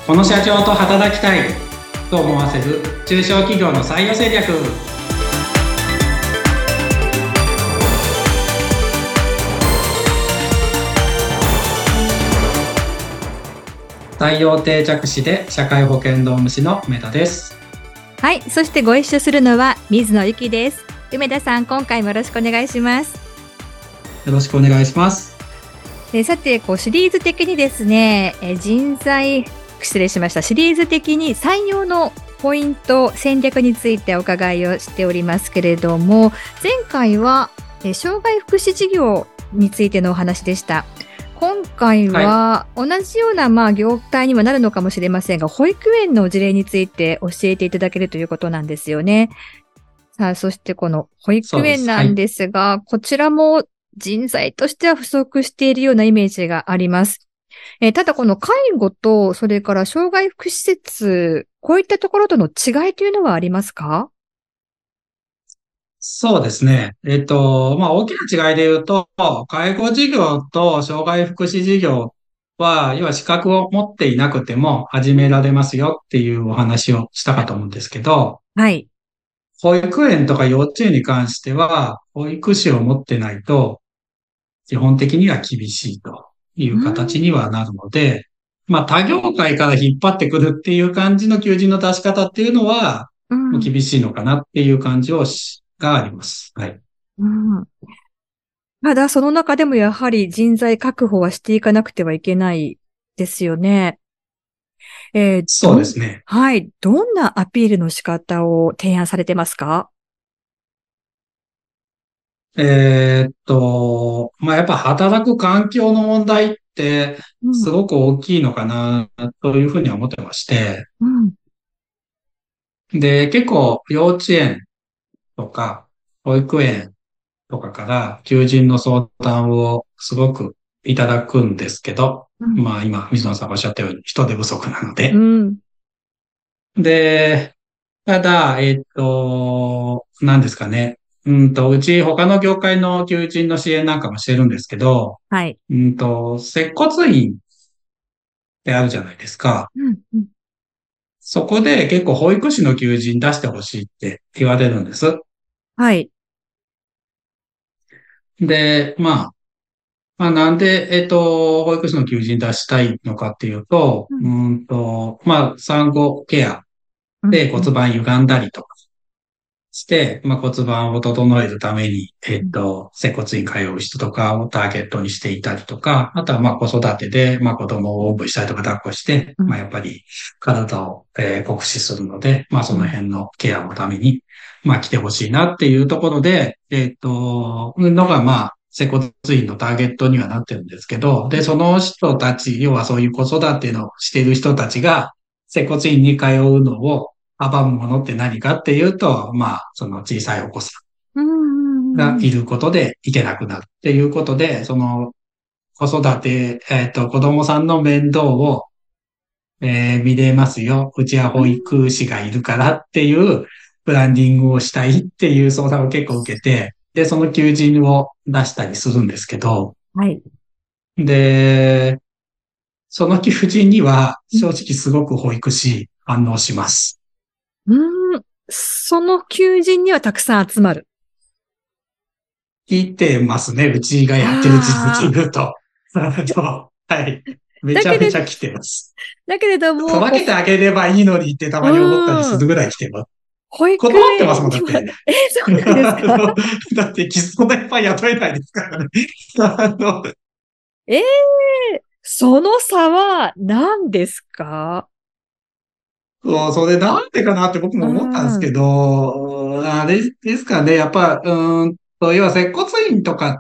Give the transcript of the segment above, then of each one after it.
この社長と働きたいと思わせる中小企業の採用戦略。採用定着士で社会保険労務士の梅田です。 はい、そしてご一緒するのは水野ゆきです。梅田さん、今回もよろしくお願いします。 よろしくお願いします。 さて、シリーズ的にですね、シリーズ的に採用のポイント、戦略についてお伺いをしておりますけれども、前回は障害福祉事業についてのお話でした。今回は同じような業態にはなるのかもしれませんが、保育園の事例について教えていただけるということなんですよね。さあ、そしてこの保育園なんですが、こちらも人材としては不足しているようなイメージがあります。ただこの介護と、それから障害福祉施設、こういったところとの違いというのはありますか？ そうですね。大きな違いで言うと、介護事業と障害福祉事業は、要は資格を持っていなくても始められますよっていうお話をしたかと思うんですけど、 はい。 保育園とか幼稚園に関しては、保育士を持ってないと、基本的には厳しいという形にはなるので、他業界から引っ張ってくるっていう感じの求人の出し方っていうのは、もう厳しいのかなっていう感じがあります。はい。 ただ、その中でもやはり人材確保はしていかなくてはいけないですよね。 そうですね。 はい。どんなアピールの仕方を提案されてますか？ やっぱ働く環境の問題ってすごく大きいのかなというふうには思ってまして、で、結構幼稚園とか保育園とかから求人の相談をすごくいただくんですけど、今、水野さんがおっしゃったように人手不足なので。で、ただ、何ですかね。うち他の業界の求人の支援なんかもしてるんですけど、 はい。 接骨院ってあるじゃないですか。そこで結構保育士の求人出してほしいって言われるんです。 はい。 で、なんで、保育士の求人出したいのかっていうと、産後ケアで骨盤歪んだりとかして、骨盤を整えるために、接骨院通う人とかをターゲットにしていたりとか、あとは子育てで、子供をおんぶしたりとか抱っこして、やっぱり体を、酷使するので、その辺のケアのために、来てほしいなっていうところで、のが接骨院のターゲットにはなってるんですけど、で、その人たち、要はそういう子育てのしている人たちが、接骨院に通うのを阻むものって何かっていうと、その小さいお子さんがいることでいけなくなるっていうことで、その子育て、子供さんの面倒を、見れますよ。うちは保育士がいるからっていうブランディングをしたいっていう相談を結構受けて、で、その求人を出したりするんですけど、 はい。 で、その求人には正直すごく保育士反応します。 その求人にはたくさん集まる。 来てますね。うちがやってる実情と。はい。めちゃめちゃ来てます。 だけれども、 分けてあげればいいのにってたまに思ったりするぐらい来てます。 保育園断ってますもん、だって。 そうなんですか？ だって、そんなやっぱり雇えないですからね。 その差は何ですか？ そう、それなんでかなって僕も思ったんですけど、あれですかね。やっぱ、要は接骨院とかって、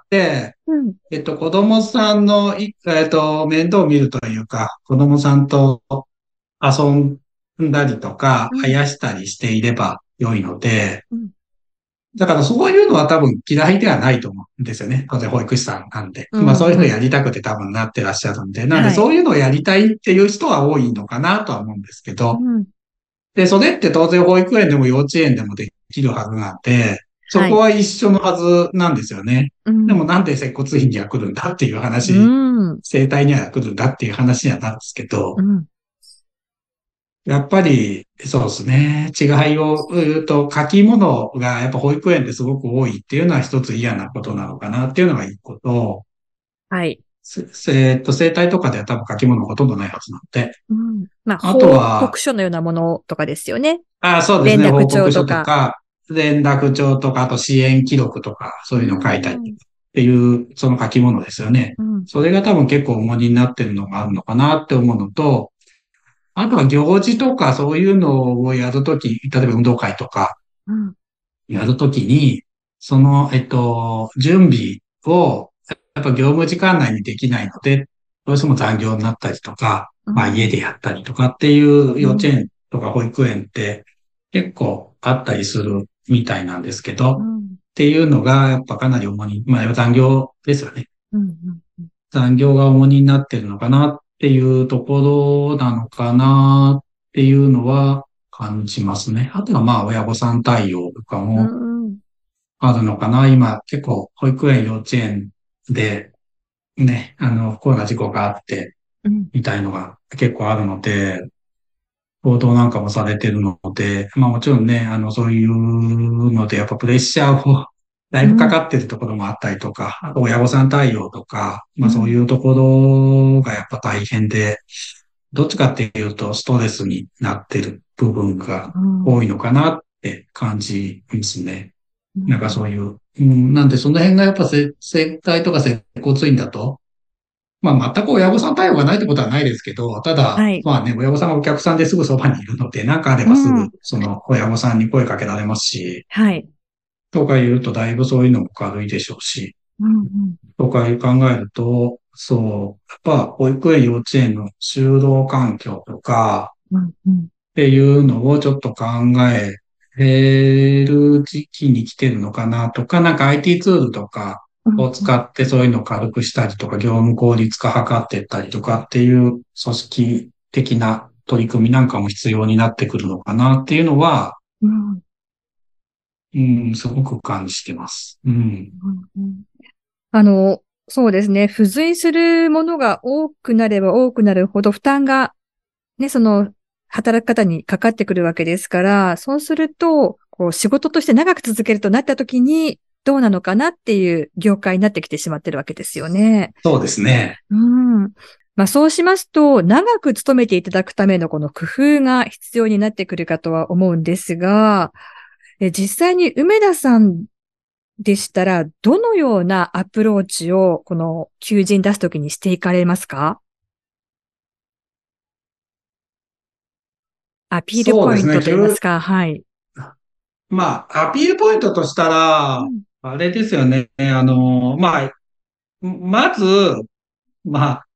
子供さんの面倒を見るというか、子供さんと遊んだりとか、生やしたりしていれば良いので、だからそういうのは多分嫌いではないと思うんですよね。当然保育士さんなんで。そういうのやりたくて多分なってらっしゃるんで。なんでそういうのをやりたいっていう人は多いのかなとは思うんですけど。で、それって当然保育園でも幼稚園でもできるはずなんで、そこは一緒のはずなんですよね。でもなんで接骨院には来るんだっていう話、生態には来るんだっていう話にはなるんですけど、 やっぱり、そうですね。違いを言うと、書き物がやっぱ保育園ですごく多いっていうのは一つ嫌なことなのかなっていうのが一個と、 はい。 生体とかでは多分書き物ほとんどないはずなので、 うん。まあ、 あと報は、 告書のようなものとかですよね。 そうですね、 連絡報告書帳とか。 とか、連絡帳とか、あと支援記録とか、そうういうのを書いたりん。 っていう、その書き物ですよね。 うん。 それが多分結構重荷になってるのがあるのかなって思うのと、あとは行事とかそういうのをやるとき、例えば運動会とかうん。 やるときに、その、準備を、やっぱ業務時間内にできないので、どうしても残業になったりとか、まあ家うん。 でやったりとかっていううん。 幼稚園とか保育園って結構あったりするみたいなんですけど、っうん。 ていうのがやっぱかなり重荷、まあ残業ですよね。 うん。 残業が重荷になってるのかなっていうところなのかなっていうのは感じますね。あとはまあ親御さん対応とかうもん。 あるのかな。今結構保育園、幼稚園でね、不幸な事故があってうん。 みたいのが結構あるので、報道なんかもされてるので、まあもちろんね、そういうのでやっぱプレッシャーをだいぶかうん。 かってるところもあったりとか、あと親御さん対応とか、まあそううん。 いうところがやっぱ大変で、どっちかっていうとストレスになってる部分がうん。 多いのかなって感じますね。 うなんかそうん。 いう。なんでその辺がやっぱ生体とか接骨院だと、まあ全く親御さん対応がないってことはないですけど、ただ、 はい。 まあね、親御さんがお客さんですぐそばにいるので、なんかあれうばすぐん。 その親御さんに声かけられますし、 はい。 とか言うとだいぶそういうのも軽いでしょうし、 うん。うん。 とかいう考えると、そう、やっぱ保育園、幼稚園の就労環境とか、 うん。うん。 っていうのをちょっと考える時期に来てるのかなとか、なんか IT ツールとかうん。 を使ってそういうのを軽くしたりとか、業務効率化図っていったりとかっていう組織的な取り組みなんかも必要になってくるのかなっていうのは、 うん。 すごく感じてます。うん。 うん。あの、そうですね。付随するものが多くなれば多くなるほど負担がね、その働き方にかかってくるわけですから、そうすると、こう仕事として長く続けるとなった時にどうなのかなっていう業界になってきてしまってるわけですよね。 そうですね。 うん。まあそうしますと、長く勤めていただくためのこの工夫が必要になってくるかとは思うんですが、実際に梅田さんでしたら、どのようなアプローチをこの求人出すときにしていかれますか？アピールそうですね。 ポイントといいますか、はい。 まあ、アピールポイントとしたら、 うん。 あれですよね。まあ、まず、まあ、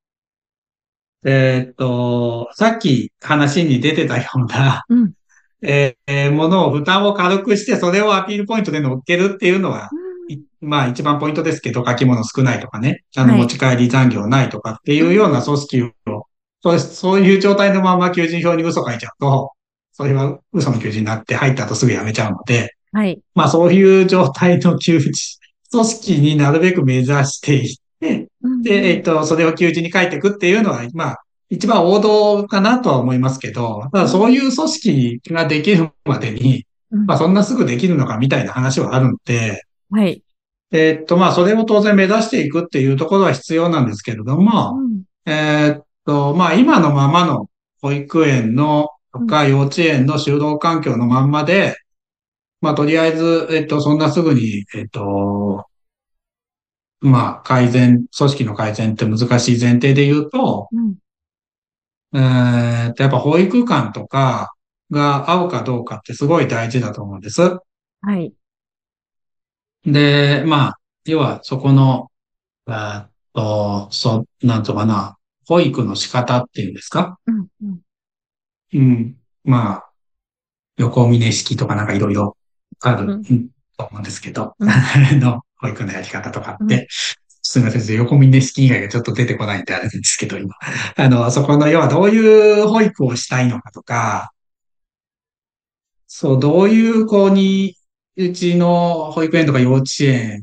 さっき話に出てたような、 うん。 ものを負担を軽くして、それをアピールポイントで乗っけるっていうのは、 うん。 まあ一番ポイントですけど、書き物少ないとかね、持はい。 ち帰り残業ないとかっていうようなうん。 組織を、そういう状態のまま求人票に嘘書いちゃうと、それは嘘の求人になって入った後すぐ辞めちゃうので、 はい。 まあそういう状態の組織になるべく目指していって、 うん。うで、 ん。 それを求人に書いていくっていうのは、まあ、一番王道かなとは思いますけど、ただそういう組織ができるまでに、 うん。 まあそんなすぐできるのかみたいな話はあるので、 はい。 まあそれを当然目指していくっていうところは必要なんですけれども、 うん。 まあ今のままの保育園のとうん。 か幼稚園の就労環境のまんまで、まあ、とりあえず、そんなすぐに、まあ、組織の改善って難しい前提で言うと、 うん。 やっぱ保育館とかが合うかどうかってすごい大事だと思うんです。 はい。 で、まあ、要はそこの、なんとかな、保育の仕方っていうんですか？ うん。うん。 うん。まあ、横峰式とかなんかいろいろあるうん。 と思うんですけど、 うん。 保育のやり方とかうん。 って、すみません、横峯式以外がちょっと出てこないんであれなんですけど、今。そこの要はどういう保育をしたいのかとか、そう、どういう子に、うちの保育園とか幼稚園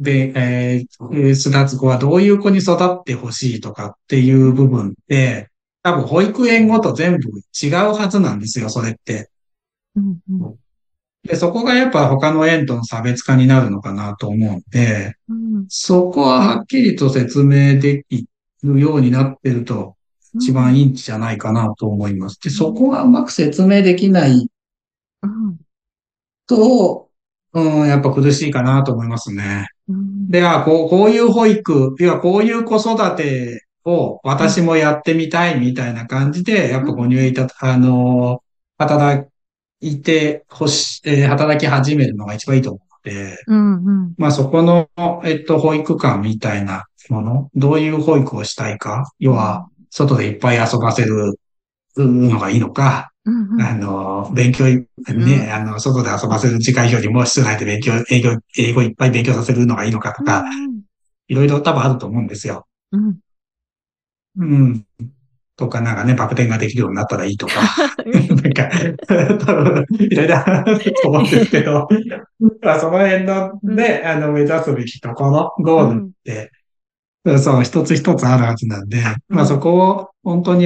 で、育つ子はどういう子に育ってほしいとかっていう部分って、 多分保育園ごと全部違うはずなんですよ、それって。 うんうんで、そこがやっぱ他の園との差別化になるのかなと思うんで、 うんそこははっきりと説明できるようになってると一番うんいいんじゃないかなと思います。で、そこうんがうまく説明できないうんと、やっぱ苦しいかなと思いますね。 うんで、こういう保育、いや、こういう子育てを私もやってみたいみたいな感じで、やっぱご入園いた、働いてほし、働き始めるのが一番いいと思うので、 うんうんまあそこの、保育館みたいなもの、どういう保育をしたいか、要は、 うん外でいっぱい遊ばせるのがいいのか、 うん勉強ね、 うん外で遊ばせる時間よりも室内で英語いっぱい勉強させるのがいいのかとうか、 んいろいろ多分あると思うんですよ。 うんうん。とか、なんかね、バク転ができるようになったらいいとか、なんか、多分、いろいろあると思うんですけど、まあ、その辺のね、目指すべきところ、ゴールっうんて、そう、一つ一つあるはずなんで、まあ、そうんこを本当に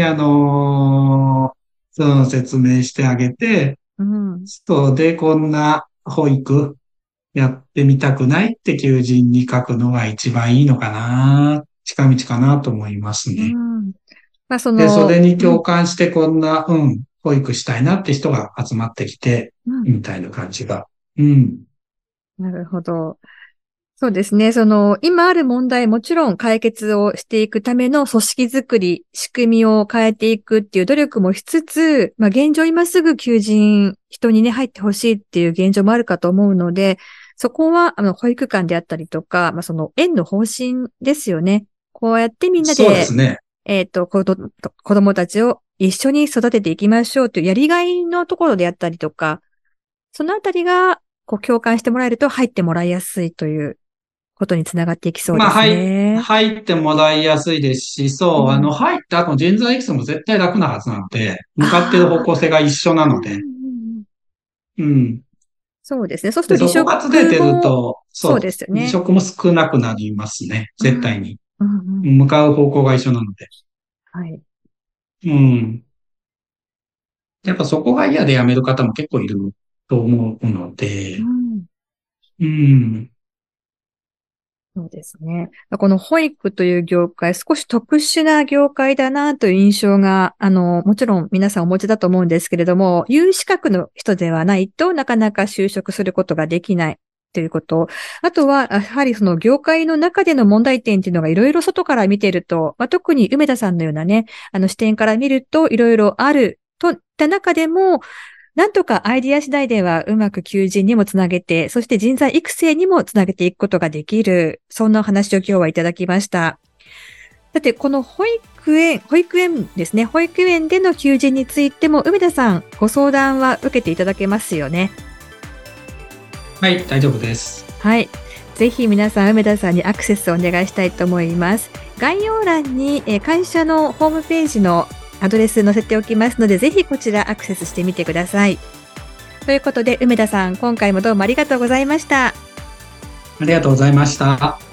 その説明してあげて、 うんそうで、こんな保育やってみたくないって求人に書くのが一番いいのかな、近道かなと思いますうね。 んまあそで、その、 れに共うん感してこんな、保育したいなって人が集まってきて、 うんみたいな感じが。うん。 なるほど。そうですね。今ある問題、もちろん解決をしていくための組織づくり、仕組みを変えていくっていう努力もしつつ、まあ現状今すぐ求人、人にね、入ってほしいっていう現状もあるかと思うので、そこは、保育館であったりとか、まあ園の方針ですよね。こうやってみんなで、 そうですね。 子供たちを一緒に育てていきましょうというやりがいのところであったりとか、そのあたりが、共感してもらえると入ってもらいやすいということにつながっていきそうまあ、 ですね。 入ってもらいやすいですし、そう、 うん、 入った後の人材育成も絶対楽なはずなので、向かっている方ああ、 向性が一緒なうんので、 うんうんうん。 そうですね。そうすで、 ると離そこがずれてる職も、 と、 そうそう、離ですよね。 職も少なくなりますね。 うん、 絶対に。 うんうん、 向かう方向が一緒なので。 はい。 うん。やっぱそこが嫌で辞める方も結構いると思うので、 うん、 うん。 そうですね。この保育という業界、少し特殊な業界だなという印象が、もちろん皆さんお持ちだと思うんですけれども、有資格の人ではないとなかなか就職することができないということ。あとは、やはりその業界の中での問題点っていうのがいろいろ外から見てると、まあ、特に梅田さんのようなね、視点から見るといろいろあるといった中でも、なんとかアイディア次第ではうまく求人にもつなげて、そして人材育成にもつなげていくことができる、そんなお話を今日はいただきました。さて、この保育園ですね。保育園での求人についても、梅田さん、ご相談は受けていただけますよね。 はい、大丈夫です。 はい。ぜひ皆さん、梅田さんにアクセスをお願いしたいと思います。概要欄に会社のホームページのアドレス載せておきますので、ぜひこちらアクセスしてみてください。ということで、梅田さん、今回もどうもありがとうございました。 ありがとうございました。